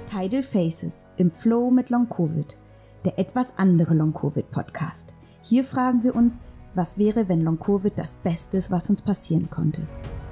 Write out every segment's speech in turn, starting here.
Tidal Faces im Flow mit Long Covid, der etwas andere Long Covid Podcast. Hier fragen wir uns, was wäre, wenn Long Covid das Beste ist, was uns passieren konnte.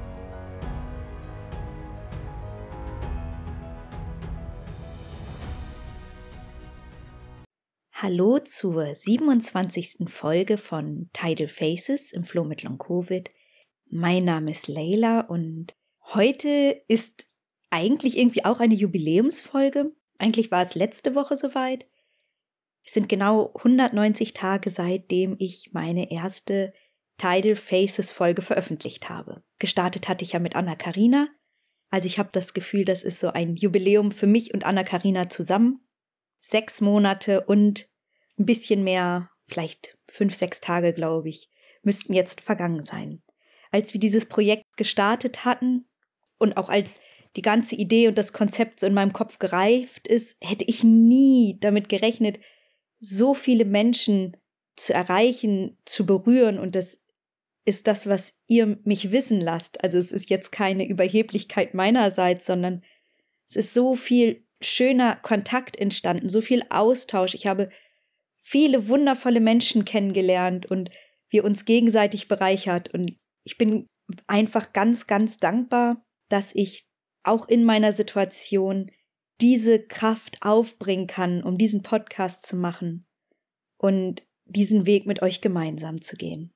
Hallo zur 27. Folge von Tidal Faces im Flow mit Long Covid. Mein Name ist Leila und heute ist eigentlich irgendwie auch eine Jubiläumsfolge. Eigentlich war es letzte Woche soweit. Es sind genau 190 Tage, seitdem ich meine erste Tidal Faces Folge veröffentlicht habe. Gestartet hatte ich ja mit Anna-Karina. Also ich habe das Gefühl, das ist so ein Jubiläum für mich und Anna-Karina zusammen. 6 Monate und ein bisschen mehr, vielleicht 5, 6 Tage, glaube ich, müssten jetzt vergangen sein. Als wir dieses Projekt gestartet hatten und auch als die ganze Idee und das Konzept so in meinem Kopf gereift ist, hätte ich nie damit gerechnet, so viele Menschen zu erreichen, zu berühren. Und das ist das, was ihr mich wissen lasst. Also es ist jetzt keine Überheblichkeit meinerseits, sondern es ist so viel schöner Kontakt entstanden, so viel Austausch. Ich habe viele wundervolle Menschen kennengelernt und wir uns gegenseitig bereichert. Und ich bin einfach ganz, ganz dankbar, dass ich auch in meiner Situation diese Kraft aufbringen kann, um diesen Podcast zu machen und diesen Weg mit euch gemeinsam zu gehen.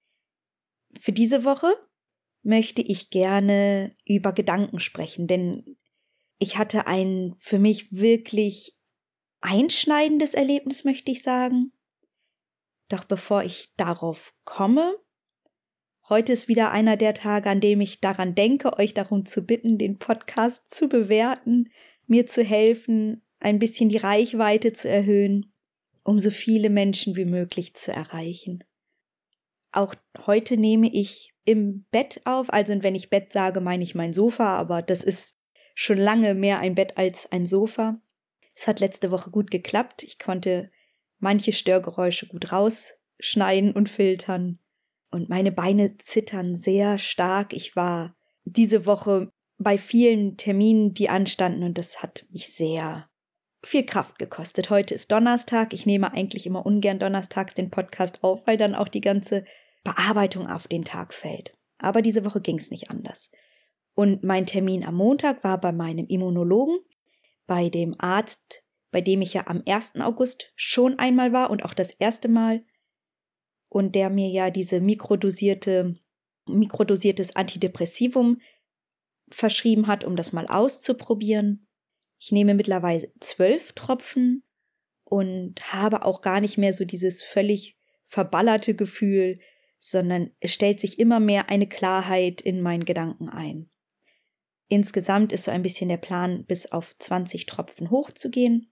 Für diese Woche möchte ich gerne über Gedanken sprechen, denn ich hatte ein für mich wirklich einschneidendes Erlebnis, möchte ich sagen. Doch bevor ich darauf komme, heute ist wieder einer der Tage, an dem ich daran denke, euch darum zu bitten, den Podcast zu bewerten, mir zu helfen, ein bisschen die Reichweite zu erhöhen, um so viele Menschen wie möglich zu erreichen. Auch heute nehme ich im Bett auf, also wenn ich Bett sage, meine ich mein Sofa, aber das ist schon lange mehr ein Bett als ein Sofa. Es hat letzte Woche gut geklappt. Ich konnte manche Störgeräusche gut rausschneiden und filtern. Und meine Beine zittern sehr stark. Ich war diese Woche bei vielen Terminen, die anstanden, und das hat mich sehr viel Kraft gekostet. Heute ist Donnerstag. Ich nehme eigentlich immer ungern donnerstags den Podcast auf, weil dann auch die ganze Bearbeitung auf den Tag fällt. Aber diese Woche ging es nicht anders. Und mein Termin am Montag war bei meinem Immunologen, bei dem Arzt, bei dem ich ja am 1. August schon einmal war und auch das erste Mal, und der mir ja diese mikrodosiertes Antidepressivum verschrieben hat, um das mal auszuprobieren. Ich nehme mittlerweile 12 Tropfen und habe auch gar nicht mehr so dieses völlig verballerte Gefühl, sondern es stellt sich immer mehr eine Klarheit in meinen Gedanken ein. Insgesamt ist so ein bisschen der Plan, bis auf 20 Tropfen hochzugehen.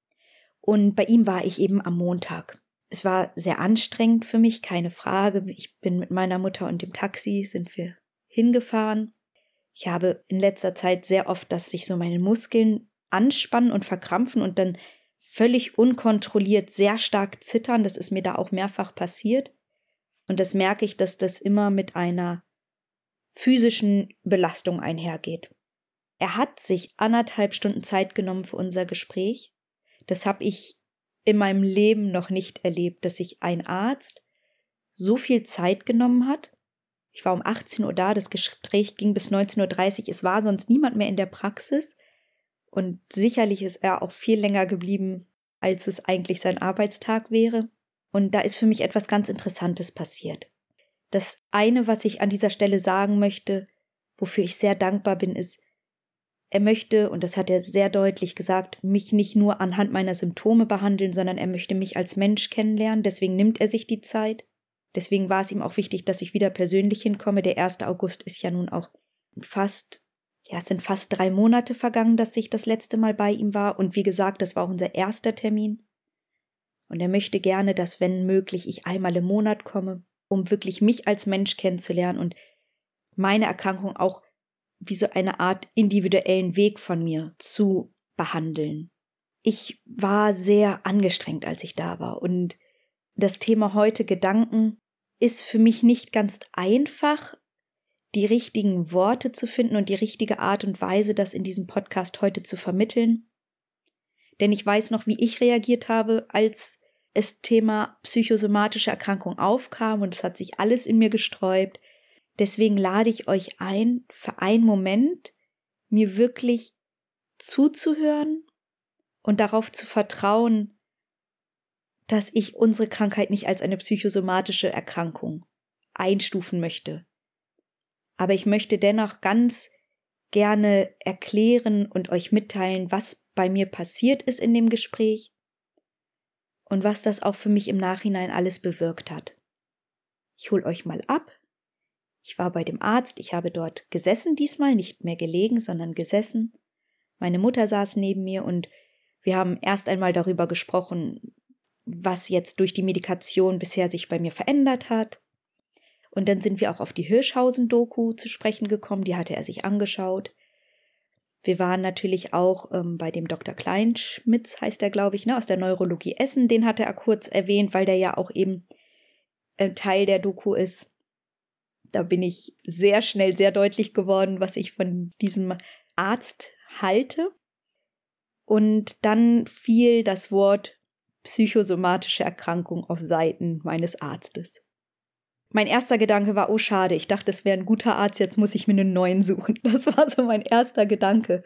Und bei ihm war ich eben am Montag. Es war sehr anstrengend für mich, keine Frage. Ich bin mit meiner Mutter und dem Taxi sind wir hingefahren. Ich habe in letzter Zeit sehr oft, dass sich so meine Muskeln anspannen und verkrampfen und dann völlig unkontrolliert sehr stark zittern. Das ist mir da auch mehrfach passiert. Und das merke ich, dass das immer mit einer physischen Belastung einhergeht. Er hat sich 1,5 Stunden Zeit genommen für unser Gespräch. Das habe ich in meinem Leben noch nicht erlebt, dass sich ein Arzt so viel Zeit genommen hat. Ich war um 18 Uhr da, das Gespräch ging bis 19:30 Uhr. Es war sonst niemand mehr in der Praxis. Und sicherlich ist er auch viel länger geblieben, als es eigentlich sein Arbeitstag wäre. Und da ist für mich etwas ganz Interessantes passiert. Das eine, was ich an dieser Stelle sagen möchte, wofür ich sehr dankbar bin, ist, er möchte, und das hat er sehr deutlich gesagt, mich nicht nur anhand meiner Symptome behandeln, sondern er möchte mich als Mensch kennenlernen. Deswegen nimmt er sich die Zeit. Deswegen war es ihm auch wichtig, dass ich wieder persönlich hinkomme. Der 1. August ist ja nun auch es sind fast 3 Monate vergangen, dass ich das letzte Mal bei ihm war. Und wie gesagt, das war auch unser erster Termin. Und er möchte gerne, dass, wenn möglich, ich einmal im Monat komme, um wirklich mich als Mensch kennenzulernen und meine Erkrankung auch wie so eine Art individuellen Weg von mir zu behandeln. Ich war sehr angestrengt, als ich da war. Und das Thema heute Gedanken ist für mich nicht ganz einfach, die richtigen Worte zu finden und die richtige Art und Weise, das in diesem Podcast heute zu vermitteln. Denn ich weiß noch, wie ich reagiert habe, als das Thema psychosomatische Erkrankung aufkam und es hat sich alles in mir gesträubt. Deswegen lade ich euch ein, für einen Moment mir wirklich zuzuhören und darauf zu vertrauen, dass ich unsere Krankheit nicht als eine psychosomatische Erkrankung einstufen möchte. Aber ich möchte dennoch ganz gerne erklären und euch mitteilen, was bei mir passiert ist in dem Gespräch und was das auch für mich im Nachhinein alles bewirkt hat. Ich hole euch mal ab. Ich war bei dem Arzt, ich habe dort gesessen diesmal, nicht mehr gelegen, sondern gesessen. Meine Mutter saß neben mir und wir haben erst einmal darüber gesprochen, was jetzt durch die Medikation bisher sich bei mir verändert hat. Und dann sind wir auch auf die Hirschhausen-Doku zu sprechen gekommen, die hatte er sich angeschaut. Wir waren natürlich auch bei dem Dr. Kleinschmitz, heißt er, glaube ich, aus der Neurologie Essen, den hatte er kurz erwähnt, weil der ja auch eben Teil der Doku ist. Da bin ich sehr schnell sehr deutlich geworden, was ich von diesem Arzt halte. Und dann fiel das Wort psychosomatische Erkrankung auf Seiten meines Arztes. Mein erster Gedanke war, oh schade, ich dachte, es wäre ein guter Arzt, jetzt muss ich mir einen neuen suchen. Das war so mein erster Gedanke.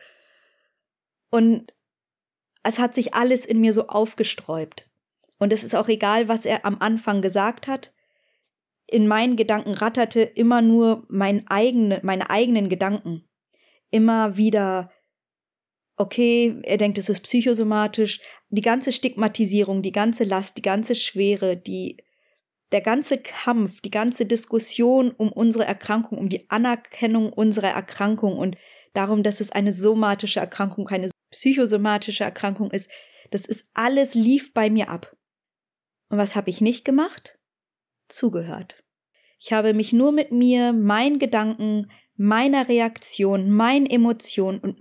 Und es hat sich alles in mir so aufgesträubt. Und es ist auch egal, was er am Anfang gesagt hat. In meinen Gedanken ratterte immer nur meine eigenen Gedanken. Immer wieder, okay, er denkt, es ist psychosomatisch. Die ganze Stigmatisierung, die ganze Last, die ganze Schwere, der ganze Kampf, die ganze Diskussion um unsere Erkrankung, um die Anerkennung unserer Erkrankung und darum, dass es eine somatische Erkrankung, keine psychosomatische Erkrankung ist, alles lief bei mir ab. Und was habe ich nicht gemacht? Zugehört. Ich habe mich nur mit mir, meinen Gedanken, meiner Reaktion, meinen Emotionen und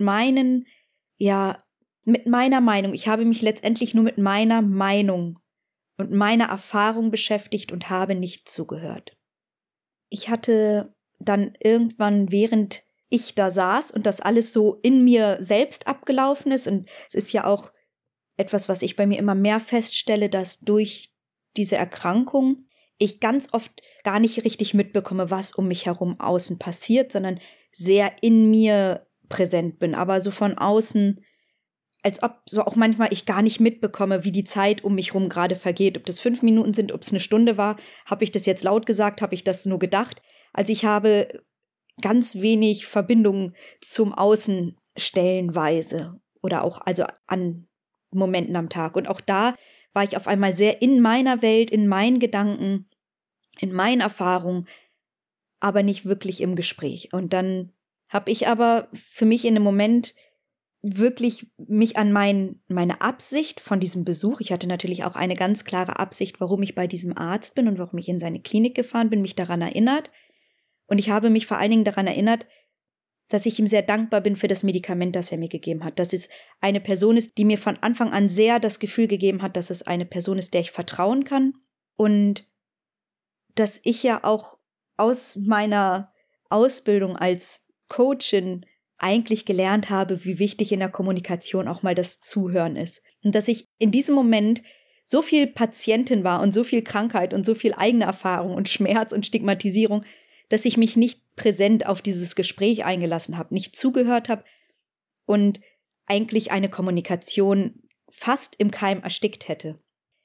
mit meiner Meinung. Ich habe mich letztendlich nur mit meiner Meinung und meiner Erfahrung beschäftigt und habe nicht zugehört. Ich hatte dann irgendwann, während ich da saß und das alles so in mir selbst abgelaufen ist, und es ist ja auch etwas, was ich bei mir immer mehr feststelle, dass durch diese Erkrankung ich ganz oft gar nicht richtig mitbekomme, was um mich herum außen passiert, sondern sehr in mir präsent bin, aber so von außen, als ob so auch manchmal ich gar nicht mitbekomme, wie die Zeit um mich herum gerade vergeht. Ob das 5 Minuten sind, ob es eine Stunde war, habe ich das jetzt laut gesagt, habe ich das nur gedacht. Also ich habe ganz wenig Verbindung zum Außen stellenweise oder auch also an Momenten am Tag. Und auch da war ich auf einmal sehr in meiner Welt, in meinen Gedanken, in meinen Erfahrungen, aber nicht wirklich im Gespräch. Und dann habe ich aber für mich in dem Moment wirklich mich an meine Absicht von diesem Besuch, ich hatte natürlich auch eine ganz klare Absicht, warum ich bei diesem Arzt bin und warum ich in seine Klinik gefahren bin, mich daran erinnert. Und ich habe mich vor allen Dingen daran erinnert, dass ich ihm sehr dankbar bin für das Medikament, das er mir gegeben hat. Dass es eine Person ist, die mir von Anfang an sehr das Gefühl gegeben hat, dass es eine Person ist, der ich vertrauen kann. Und dass ich ja auch aus meiner Ausbildung als Coachin eigentlich gelernt habe, wie wichtig in der Kommunikation auch mal das Zuhören ist. Und dass ich in diesem Moment so viel Patientin war und so viel Krankheit und so viel eigene Erfahrung und Schmerz und Stigmatisierung, dass ich mich nicht präsent auf dieses Gespräch eingelassen habe, nicht zugehört habe und eigentlich eine Kommunikation fast im Keim erstickt hätte.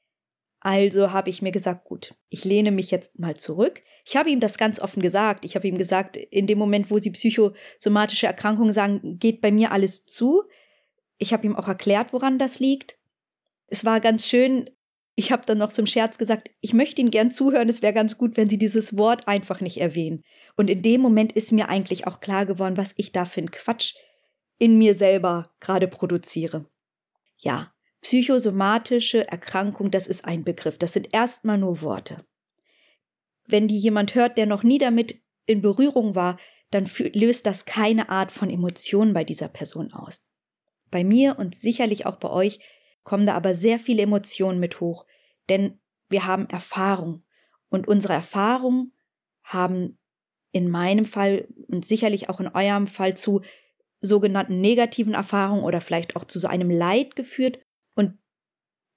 Also habe ich mir gesagt, gut, ich lehne mich jetzt mal zurück. Ich habe ihm das ganz offen gesagt. Ich habe ihm gesagt, in dem Moment, wo Sie psychosomatische Erkrankungen sagen, geht bei mir alles zu. Ich habe ihm auch erklärt, woran das liegt. Es war ganz schön. Ich habe dann noch so im Scherz gesagt, ich möchte Ihnen gern zuhören, es wäre ganz gut, wenn Sie dieses Wort einfach nicht erwähnen. Und in dem Moment ist mir eigentlich auch klar geworden, was ich da für einen Quatsch in mir selber gerade produziere. Ja, psychosomatische Erkrankung, das ist ein Begriff, das sind erstmal nur Worte. Wenn die jemand hört, der noch nie damit in Berührung war, dann löst das keine Art von Emotionen bei dieser Person aus. Bei mir und sicherlich auch bei euch kommen da aber sehr viele Emotionen mit hoch, denn wir haben Erfahrung und unsere Erfahrungen haben in meinem Fall und sicherlich auch in eurem Fall zu sogenannten negativen Erfahrungen oder vielleicht auch zu so einem Leid geführt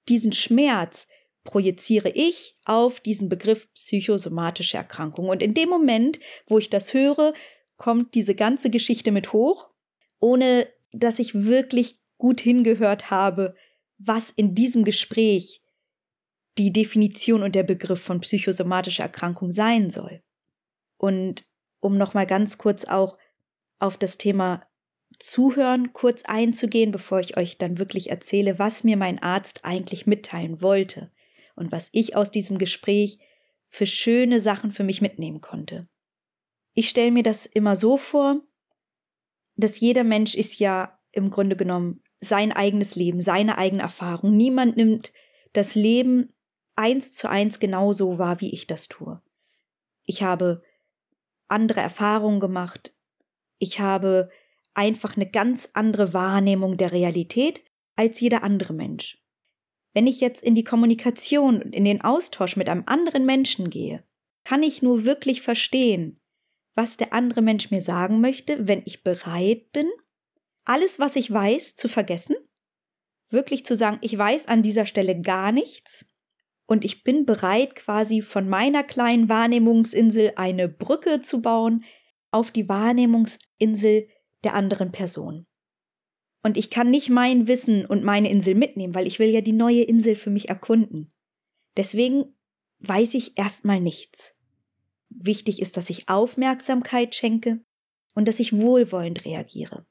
diesen Schmerz projiziere ich auf diesen Begriff psychosomatische Erkrankung. Und in dem Moment, wo ich das höre, kommt diese ganze Geschichte mit hoch, ohne dass ich wirklich gut hingehört habe, was in diesem Gespräch die Definition und der Begriff von psychosomatischer Erkrankung sein soll. Und um nochmal ganz kurz auch auf das Thema Zuhören kurz einzugehen, bevor ich euch dann wirklich erzähle, was mir mein Arzt eigentlich mitteilen wollte und was ich aus diesem Gespräch für schöne Sachen für mich mitnehmen konnte. Ich stelle mir das immer so vor, dass jeder Mensch ist ja im Grunde genommen sein eigenes Leben, seine eigene Erfahrung. Niemand nimmt das Leben 1:1 genauso wahr, wie ich das tue. Ich habe andere Erfahrungen gemacht. Ich habe einfach eine ganz andere Wahrnehmung der Realität als jeder andere Mensch. Wenn ich jetzt in die Kommunikation und in den Austausch mit einem anderen Menschen gehe, kann ich nur wirklich verstehen, was der andere Mensch mir sagen möchte, wenn ich bereit bin, alles, was ich weiß, zu vergessen, wirklich zu sagen, ich weiß an dieser Stelle gar nichts und ich bin bereit, quasi von meiner kleinen Wahrnehmungsinsel eine Brücke zu bauen auf die Wahrnehmungsinsel der anderen Person. Und ich kann nicht mein Wissen und meine Insel mitnehmen, weil ich will ja die neue Insel für mich erkunden. Deswegen weiß ich erstmal nichts. Wichtig ist, dass ich Aufmerksamkeit schenke und dass ich wohlwollend reagiere.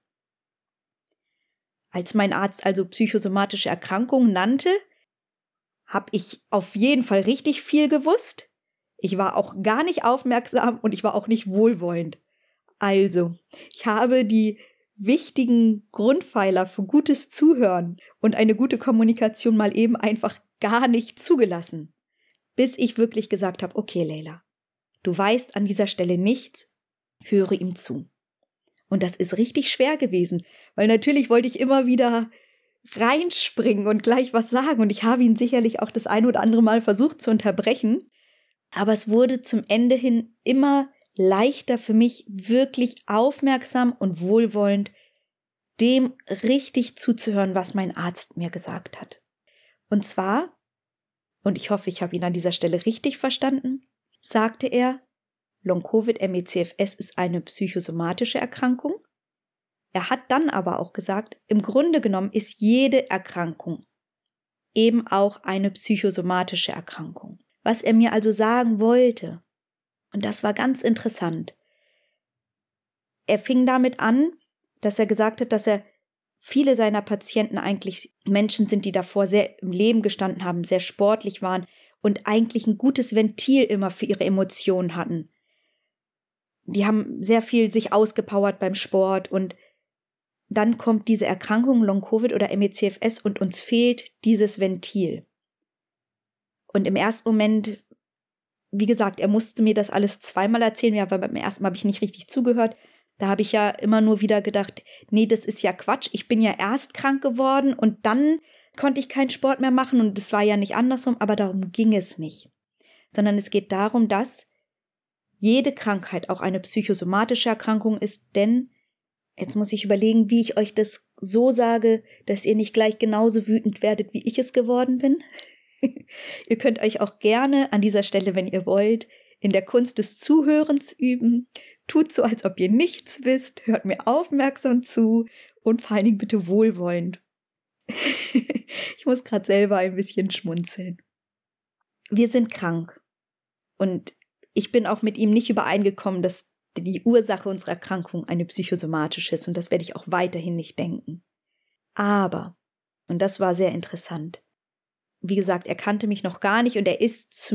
Als mein Arzt also psychosomatische Erkrankungen nannte, habe ich auf jeden Fall richtig viel gewusst. Ich war auch gar nicht aufmerksam und ich war auch nicht wohlwollend. Also, ich habe die wichtigen Grundpfeiler für gutes Zuhören und eine gute Kommunikation mal eben einfach gar nicht zugelassen, bis ich wirklich gesagt habe, okay, Leila, du weißt an dieser Stelle nichts, höre ihm zu. Und das ist richtig schwer gewesen, weil natürlich wollte ich immer wieder reinspringen und gleich was sagen und ich habe ihn sicherlich auch das ein oder andere Mal versucht zu unterbrechen, aber es wurde zum Ende hin immer leichter für mich, wirklich aufmerksam und wohlwollend dem richtig zuzuhören, was mein Arzt mir gesagt hat. Und zwar, und ich hoffe, ich habe ihn an dieser Stelle richtig verstanden, sagte er, Long-Covid-ME/CFS ist eine psychosomatische Erkrankung. Er hat dann aber auch gesagt, im Grunde genommen ist jede Erkrankung eben auch eine psychosomatische Erkrankung. Was er mir also sagen wollte, und das war ganz interessant. Er fing damit an, dass er gesagt hat, dass er viele seiner Patienten eigentlich Menschen sind, die davor sehr im Leben gestanden haben, sehr sportlich waren und eigentlich ein gutes Ventil immer für ihre Emotionen hatten. Die haben sehr viel sich ausgepowert beim Sport und dann kommt diese Erkrankung Long-Covid oder ME/CFS und uns fehlt dieses Ventil. Und im ersten Moment, wie gesagt, er musste mir das alles zweimal erzählen, aber beim ersten Mal habe ich nicht richtig zugehört. Da habe ich ja immer nur wieder gedacht, nee, das ist ja Quatsch, ich bin ja erst krank geworden und dann konnte ich keinen Sport mehr machen und das war ja nicht andersrum, aber darum ging es nicht. Sondern es geht darum, dass jede Krankheit auch eine psychosomatische Erkrankung ist, denn, jetzt muss ich überlegen, wie ich euch das so sage, dass ihr nicht gleich genauso wütend werdet, wie ich es geworden bin. Ihr könnt euch auch gerne an dieser Stelle, wenn ihr wollt, in der Kunst des Zuhörens üben. Tut so, als ob ihr nichts wisst, hört mir aufmerksam zu und vor allen Dingen bitte wohlwollend. Ich muss gerade selber ein bisschen schmunzeln. Wir sind krank und ich bin auch mit ihm nicht übereingekommen, dass die Ursache unserer Erkrankung eine psychosomatische ist und das werde ich auch weiterhin nicht denken. Aber, und das war sehr interessant, wie gesagt, er kannte mich noch gar nicht und er ist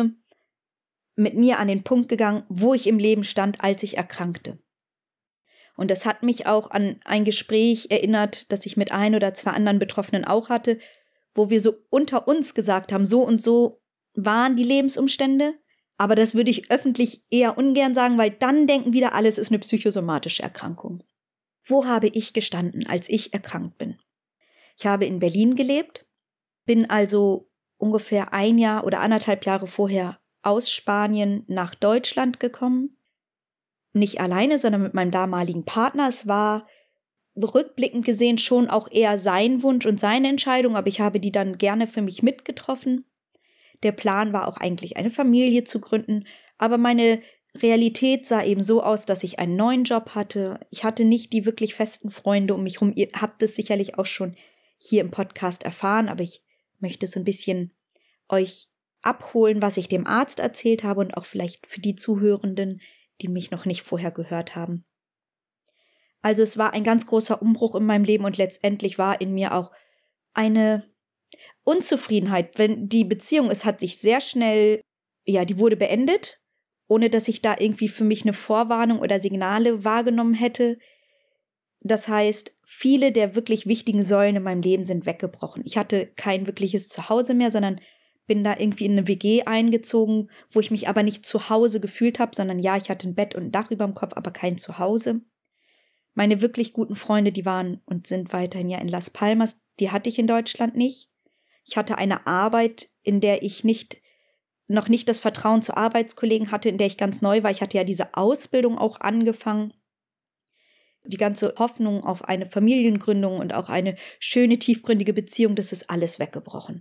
mit mir an den Punkt gegangen, wo ich im Leben stand, als ich erkrankte. Und das hat mich auch an ein Gespräch erinnert, das ich mit ein oder zwei anderen Betroffenen auch hatte, wo wir so unter uns gesagt haben, so und so waren die Lebensumstände, aber das würde ich öffentlich eher ungern sagen, weil dann denken wieder, alles ist eine psychosomatische Erkrankung. Wo habe ich gestanden, als ich erkrankt bin? Ich habe in Berlin gelebt, bin also ungefähr 1 Jahr oder 1,5 Jahre vorher aus Spanien nach Deutschland gekommen. Nicht alleine, sondern mit meinem damaligen Partner. Es war rückblickend gesehen schon auch eher sein Wunsch und seine Entscheidung, aber ich habe die dann gerne für mich mitgetroffen. Der Plan war auch eigentlich, eine Familie zu gründen, aber meine Realität sah eben so aus, dass ich einen neuen Job hatte. Ich hatte nicht die wirklich festen Freunde um mich herum. Ihr habt es sicherlich auch schon hier im Podcast erfahren, aber ich möchte so ein bisschen euch abholen, was ich dem Arzt erzählt habe und auch vielleicht für die Zuhörenden, die mich noch nicht vorher gehört haben. Also es war ein ganz großer Umbruch in meinem Leben und letztendlich war in mir auch eine Unzufriedenheit, wenn die Beziehung, es hat sich sehr schnell, die wurde beendet, ohne dass ich da irgendwie für mich eine Vorwarnung oder Signale wahrgenommen hätte. Das heißt, viele der wirklich wichtigen Säulen in meinem Leben sind weggebrochen. Ich hatte kein wirkliches Zuhause mehr, sondern bin da irgendwie in eine WG eingezogen, wo ich mich aber nicht zu Hause gefühlt habe, sondern ich hatte ein Bett und ein Dach über dem Kopf, aber kein Zuhause. Meine wirklich guten Freunde, die waren und sind weiterhin in Las Palmas, die hatte ich in Deutschland nicht. Ich hatte eine Arbeit, in der ich noch nicht das Vertrauen zu Arbeitskollegen hatte, in der ich ganz neu war. Ich hatte ja diese Ausbildung auch angefangen. Die ganze Hoffnung auf eine Familiengründung und auch eine schöne, tiefgründige Beziehung, das ist alles weggebrochen.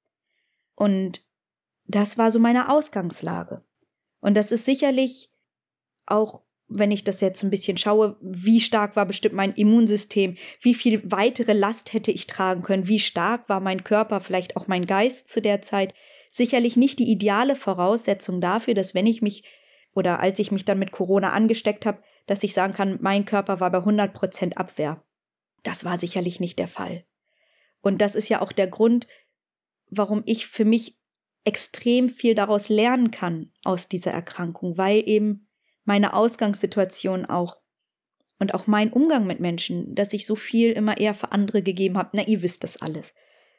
Und das war so meine Ausgangslage. Und das ist sicherlich auch, wenn ich das jetzt ein bisschen schaue, wie stark war bestimmt mein Immunsystem, wie viel weitere Last hätte ich tragen können, wie stark war mein Körper, vielleicht auch mein Geist zu der Zeit. Sicherlich nicht die ideale Voraussetzung dafür, dass als ich mich dann mit Corona angesteckt habe, dass ich sagen kann, mein Körper war bei 100% Abwehr. Das war sicherlich nicht der Fall. Und das ist ja auch der Grund, warum ich für mich extrem viel daraus lernen kann aus dieser Erkrankung, weil eben meine Ausgangssituation auch und auch mein Umgang mit Menschen, dass ich so viel immer eher für andere gegeben habe. Ihr wisst das alles.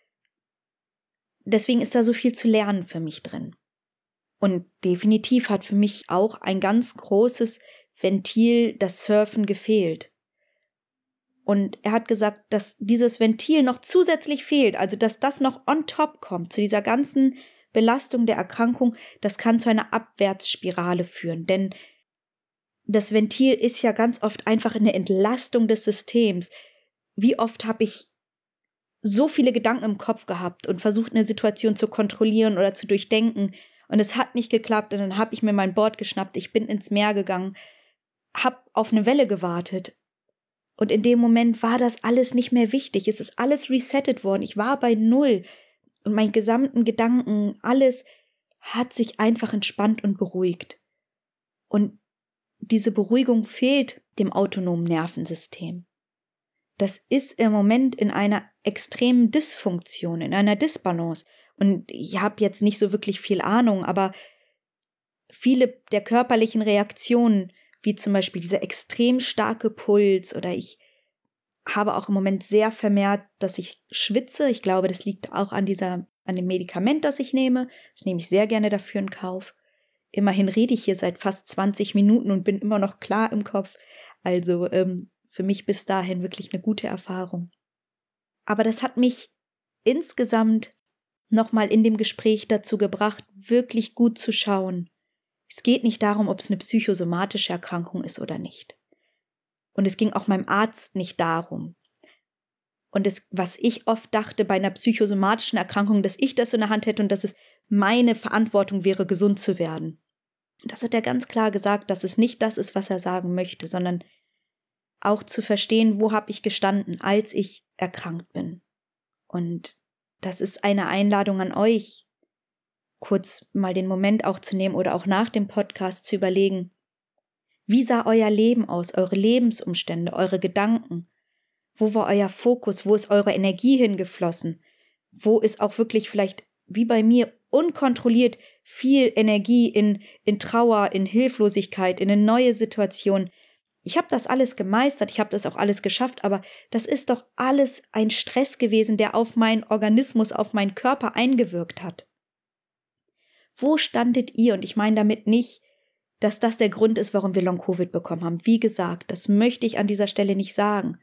Deswegen ist da so viel zu lernen für mich drin. Und definitiv hat für mich auch ein ganz großes Ventil, das Surfen, gefehlt. Und er hat gesagt, dass dieses Ventil noch zusätzlich fehlt, also dass das noch on top kommt zu dieser ganzen Belastung der Erkrankung, das kann zu einer Abwärtsspirale führen. Denn das Ventil ist ja ganz oft einfach eine Entlastung des Systems. Wie oft habe ich so viele Gedanken im Kopf gehabt und versucht, eine Situation zu kontrollieren oder zu durchdenken. Und es hat nicht geklappt und dann habe ich mir mein Board geschnappt, ich bin ins Meer gegangen, habe auf eine Welle gewartet. Und in dem Moment war das alles nicht mehr wichtig. Es ist alles resettet worden. Ich war bei 0. Und meine gesamten Gedanken, alles hat sich einfach entspannt und beruhigt. Und diese Beruhigung fehlt dem autonomen Nervensystem. Das ist im Moment in einer extremen Dysfunktion, in einer Disbalance. Und ich habe jetzt nicht so wirklich viel Ahnung, aber viele der körperlichen Reaktionen, wie zum Beispiel dieser extrem starke Puls, oder ich habe auch im Moment sehr vermehrt, dass ich schwitze. Ich glaube, das liegt auch an dem Medikament, das ich nehme. Das nehme ich sehr gerne dafür in Kauf. Immerhin rede ich hier seit fast 20 Minuten und bin immer noch klar im Kopf. Also für mich bis dahin wirklich eine gute Erfahrung. Aber das hat mich insgesamt nochmal in dem Gespräch dazu gebracht, wirklich gut zu schauen. Es geht nicht darum, ob es eine psychosomatische Erkrankung ist oder nicht. Und es ging auch meinem Arzt nicht darum. Und was ich oft dachte bei einer psychosomatischen Erkrankung, dass ich das in der Hand hätte und dass es meine Verantwortung wäre, gesund zu werden. Und das hat er ganz klar gesagt, dass es nicht das ist, was er sagen möchte, sondern auch zu verstehen, wo habe ich gestanden, als ich erkrankt bin. Und das ist eine Einladung an euch, kurz mal den Moment auch zu nehmen oder auch nach dem Podcast zu überlegen, wie sah euer Leben aus, eure Lebensumstände, eure Gedanken? Wo war euer Fokus? Wo ist eure Energie hingeflossen? Wo ist auch wirklich vielleicht, wie bei mir, unkontrolliert viel Energie in Trauer, in Hilflosigkeit, in eine neue Situation? Ich habe das alles gemeistert, ich habe das auch alles geschafft, aber das ist doch alles ein Stress gewesen, der auf meinen Organismus, auf meinen Körper eingewirkt hat. Wo standet ihr? Und ich meine damit nicht, dass das der Grund ist, warum wir Long-Covid bekommen haben. Wie gesagt, das möchte ich an dieser Stelle nicht sagen.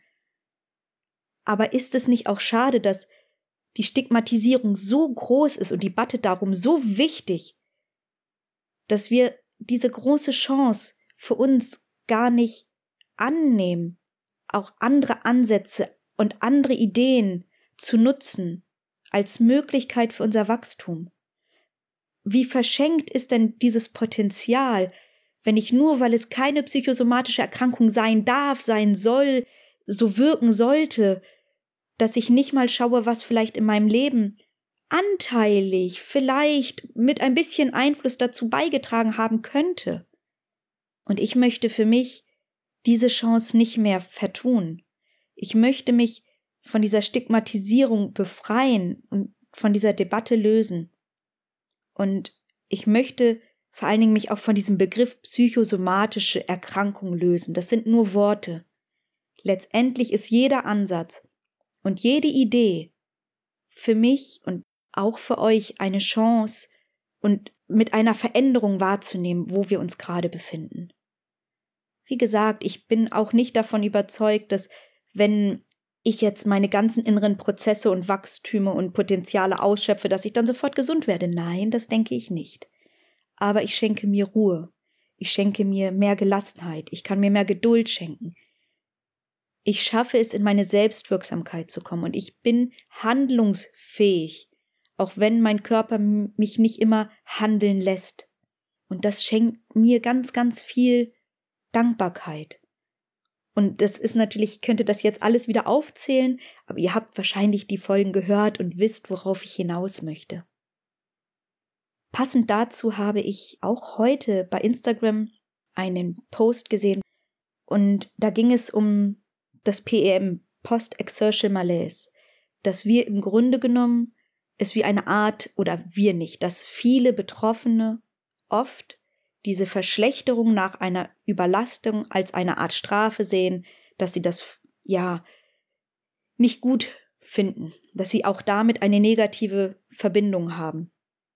Aber ist es nicht auch schade, dass die Stigmatisierung so groß ist und die Debatte darum so wichtig, dass wir diese große Chance für uns gar nicht annehmen, auch andere Ansätze und andere Ideen zu nutzen als Möglichkeit für unser Wachstum. Wie verschenkt ist denn dieses Potenzial, wenn ich nur, weil es keine psychosomatische Erkrankung sein darf, sein soll, so wirken sollte, dass ich nicht mal schaue, was vielleicht in meinem Leben anteilig, vielleicht mit ein bisschen Einfluss dazu beigetragen haben könnte. Und ich möchte für mich diese Chance nicht mehr vertun. Ich möchte mich von dieser Stigmatisierung befreien und von dieser Debatte lösen. Und ich möchte vor allen Dingen mich auch von diesem Begriff psychosomatische Erkrankung lösen. Das sind nur Worte. Letztendlich ist jeder Ansatz und jede Idee für mich und auch für euch eine Chance und mit einer Veränderung wahrzunehmen, wo wir uns gerade befinden. Wie gesagt, ich bin auch nicht davon überzeugt, dass wenn ich jetzt meine ganzen inneren Prozesse und Wachstüme und Potenziale ausschöpfe, dass ich dann sofort gesund werde. Nein, das denke ich nicht. Aber ich schenke mir Ruhe. Ich schenke mir mehr Gelassenheit. Ich kann mir mehr Geduld schenken. Ich schaffe es, in meine Selbstwirksamkeit zu kommen und ich bin handlungsfähig, auch wenn mein Körper mich nicht immer handeln lässt. Und das schenkt mir ganz, ganz viel Dankbarkeit. Und das ist natürlich, ich könnte das jetzt alles wieder aufzählen, aber ihr habt wahrscheinlich die Folgen gehört und wisst, worauf ich hinaus möchte. Passend dazu habe ich auch heute bei Instagram einen Post gesehen und da ging es um das PEM, Post-Exertional Malaise, dass wir im Grunde genommen es wie eine Art, oder wir nicht, dass viele Betroffene oft diese Verschlechterung nach einer Überlastung als eine Art Strafe sehen, dass sie das nicht gut finden, dass sie auch damit eine negative Verbindung haben.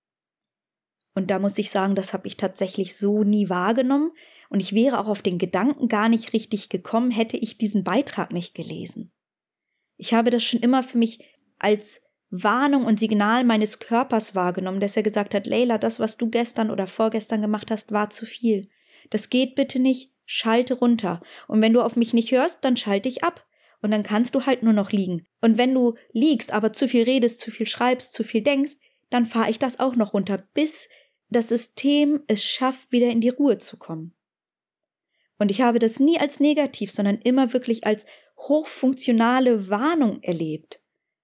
Und da muss ich sagen, das habe ich tatsächlich so nie wahrgenommen und ich wäre auch auf den Gedanken gar nicht richtig gekommen, hätte ich diesen Beitrag nicht gelesen. Ich habe das schon immer für mich als Warnung und Signal meines Körpers wahrgenommen, dass er gesagt hat, Leila, das, was du gestern oder vorgestern gemacht hast, war zu viel. Das geht bitte nicht, schalte runter. Und wenn du auf mich nicht hörst, dann schalte ich ab. Und dann kannst du halt nur noch liegen. Und wenn du liegst, aber zu viel redest, zu viel schreibst, zu viel denkst, dann fahre ich das auch noch runter, bis das System es schafft, wieder in die Ruhe zu kommen. Und ich habe das nie als negativ, sondern immer wirklich als hochfunktionale Warnung erlebt.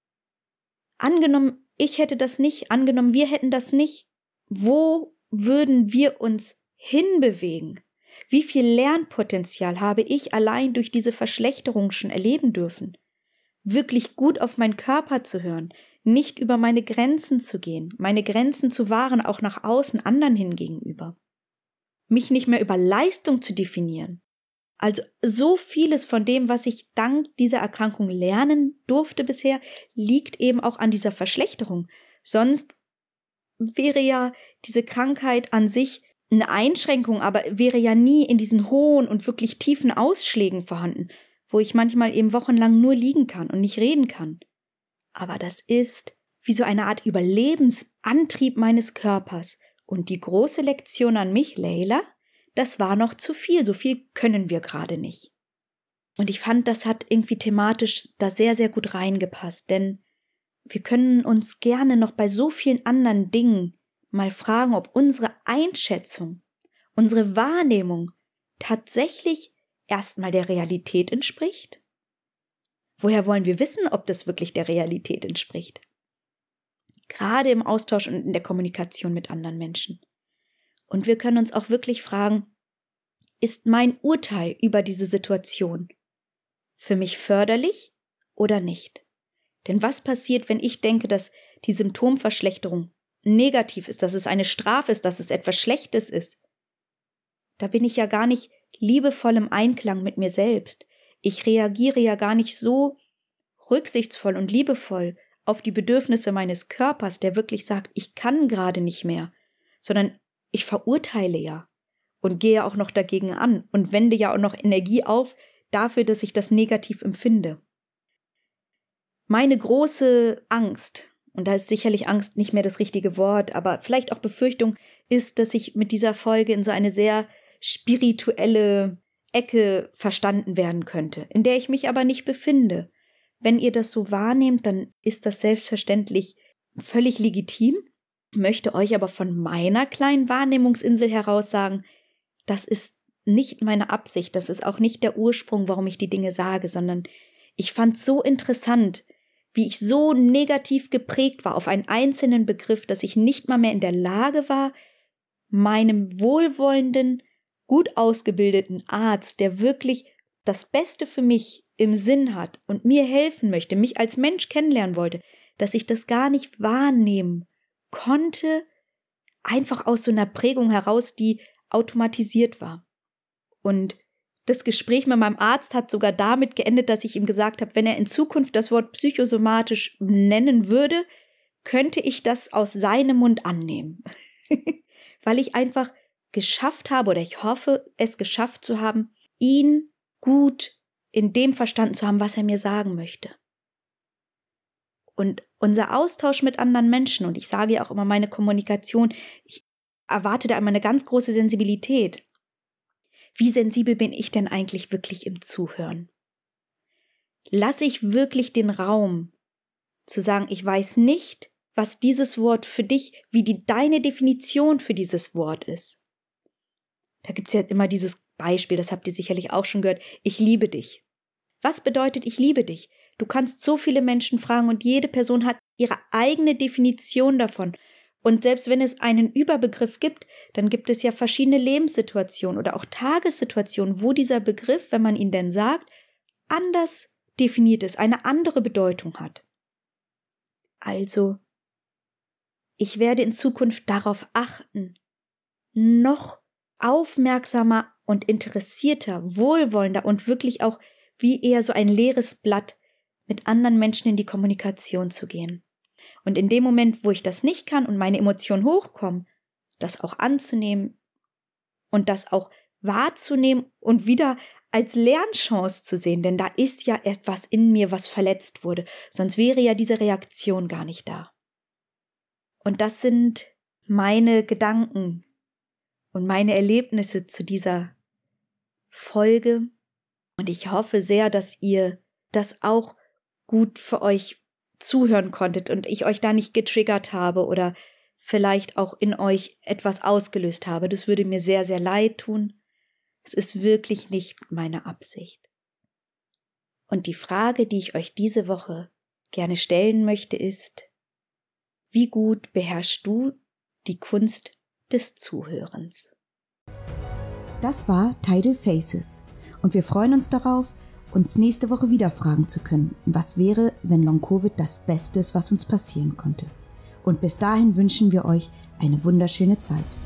Angenommen, ich hätte das nicht, angenommen, wir hätten das nicht, wo würden wir uns hinbewegen? Wie viel Lernpotenzial habe ich allein durch diese Verschlechterung schon erleben dürfen? Wirklich gut auf meinen Körper zu hören, nicht über meine Grenzen zu gehen, meine Grenzen zu wahren, auch nach außen anderen hin gegenüber. Mich nicht mehr über Leistung zu definieren. Also so vieles von dem, was ich dank dieser Erkrankung lernen durfte bisher, liegt eben auch an dieser Verschlechterung. Sonst wäre ja diese Krankheit an sich eine Einschränkung, aber wäre ja nie in diesen hohen und wirklich tiefen Ausschlägen vorhanden, wo ich manchmal eben wochenlang nur liegen kann und nicht reden kann. Aber das ist wie so eine Art Überlebensantrieb meines Körpers. Und die große Lektion an mich, Leila, das war noch zu viel, so viel können wir gerade nicht. Und ich fand, das hat irgendwie thematisch da sehr, sehr gut reingepasst, denn wir können uns gerne noch bei so vielen anderen Dingen mal fragen, ob unsere Einschätzung, unsere Wahrnehmung tatsächlich erstmal der Realität entspricht. Woher wollen wir wissen, ob das wirklich der Realität entspricht? Gerade im Austausch und in der Kommunikation mit anderen Menschen. Und wir können uns auch wirklich fragen, ist mein Urteil über diese Situation für mich förderlich oder nicht? Denn was passiert, wenn ich denke, dass die Symptomverschlechterung negativ ist, dass es eine Strafe ist, dass es etwas Schlechtes ist? Da bin ich ja gar nicht liebevoll im Einklang mit mir selbst. Ich reagiere ja gar nicht so rücksichtsvoll und liebevoll auf die Bedürfnisse meines Körpers, der wirklich sagt, ich kann gerade nicht mehr, sondern ich verurteile ja und gehe auch noch dagegen an und wende ja auch noch Energie auf dafür, dass ich das negativ empfinde. Meine große Angst, und da ist sicherlich Angst nicht mehr das richtige Wort, aber vielleicht auch Befürchtung, ist, dass ich mit dieser Folge in so eine sehr spirituelle Ecke verstanden werden könnte, in der ich mich aber nicht befinde. Wenn ihr das so wahrnehmt, dann ist das selbstverständlich völlig legitim, möchte euch aber von meiner kleinen Wahrnehmungsinsel heraus sagen, das ist nicht meine Absicht, das ist auch nicht der Ursprung, warum ich die Dinge sage, sondern ich fand es so interessant, wie ich so negativ geprägt war auf einen einzelnen Begriff, dass ich nicht mal mehr in der Lage war, meinem wohlwollenden, gut ausgebildeten Arzt, der wirklich das Beste für mich im Sinn hat und mir helfen möchte, mich als Mensch kennenlernen wollte, dass ich das gar nicht wahrnehmen konnte, einfach aus so einer Prägung heraus, die automatisiert war. Und das Gespräch mit meinem Arzt hat sogar damit geendet, dass ich ihm gesagt habe, wenn er in Zukunft das Wort psychosomatisch nennen würde, könnte ich das aus seinem Mund annehmen. Weil ich einfach geschafft habe, oder ich hoffe, es geschafft zu haben, ihn gut in dem verstanden zu haben, was er mir sagen möchte. Und unser Austausch mit anderen Menschen, und ich sage ja auch immer meine Kommunikation, ich erwarte da immer eine ganz große Sensibilität. Wie sensibel bin ich denn eigentlich wirklich im Zuhören? Lasse ich wirklich den Raum, zu sagen, ich weiß nicht, was dieses Wort für dich, wie deine Definition für dieses Wort ist. Da gibt es ja immer dieses Beispiel, das habt ihr sicherlich auch schon gehört, ich liebe dich. Was bedeutet, ich liebe dich? Du kannst so viele Menschen fragen und jede Person hat ihre eigene Definition davon. Und selbst wenn es einen Überbegriff gibt, dann gibt es ja verschiedene Lebenssituationen oder auch Tagessituationen, wo dieser Begriff, wenn man ihn denn sagt, anders definiert ist, eine andere Bedeutung hat. Also, ich werde in Zukunft darauf achten, noch aufmerksamer und interessierter, wohlwollender und wirklich auch wie eher so ein leeres Blatt mit anderen Menschen in die Kommunikation zu gehen. Und in dem Moment, wo ich das nicht kann und meine Emotionen hochkommen, das auch anzunehmen und das auch wahrzunehmen und wieder als Lernchance zu sehen, denn da ist ja etwas in mir, was verletzt wurde, sonst wäre ja diese Reaktion gar nicht da. Und das sind meine Gedanken und meine Erlebnisse zu dieser Folge. Und ich hoffe sehr, dass ihr das auch gut für euch zuhören konntet und ich euch da nicht getriggert habe oder vielleicht auch in euch etwas ausgelöst habe. Das würde mir sehr, sehr leid tun. Es ist wirklich nicht meine Absicht. Und die Frage, die ich euch diese Woche gerne stellen möchte, ist, wie gut beherrschst du die Kunst des Zuhörens? Das war Tidal Faces und wir freuen uns darauf, uns nächste Woche wieder fragen zu können, was wäre, wenn Long-Covid das Beste ist, was uns passieren konnte. Und bis dahin wünschen wir euch eine wunderschöne Zeit.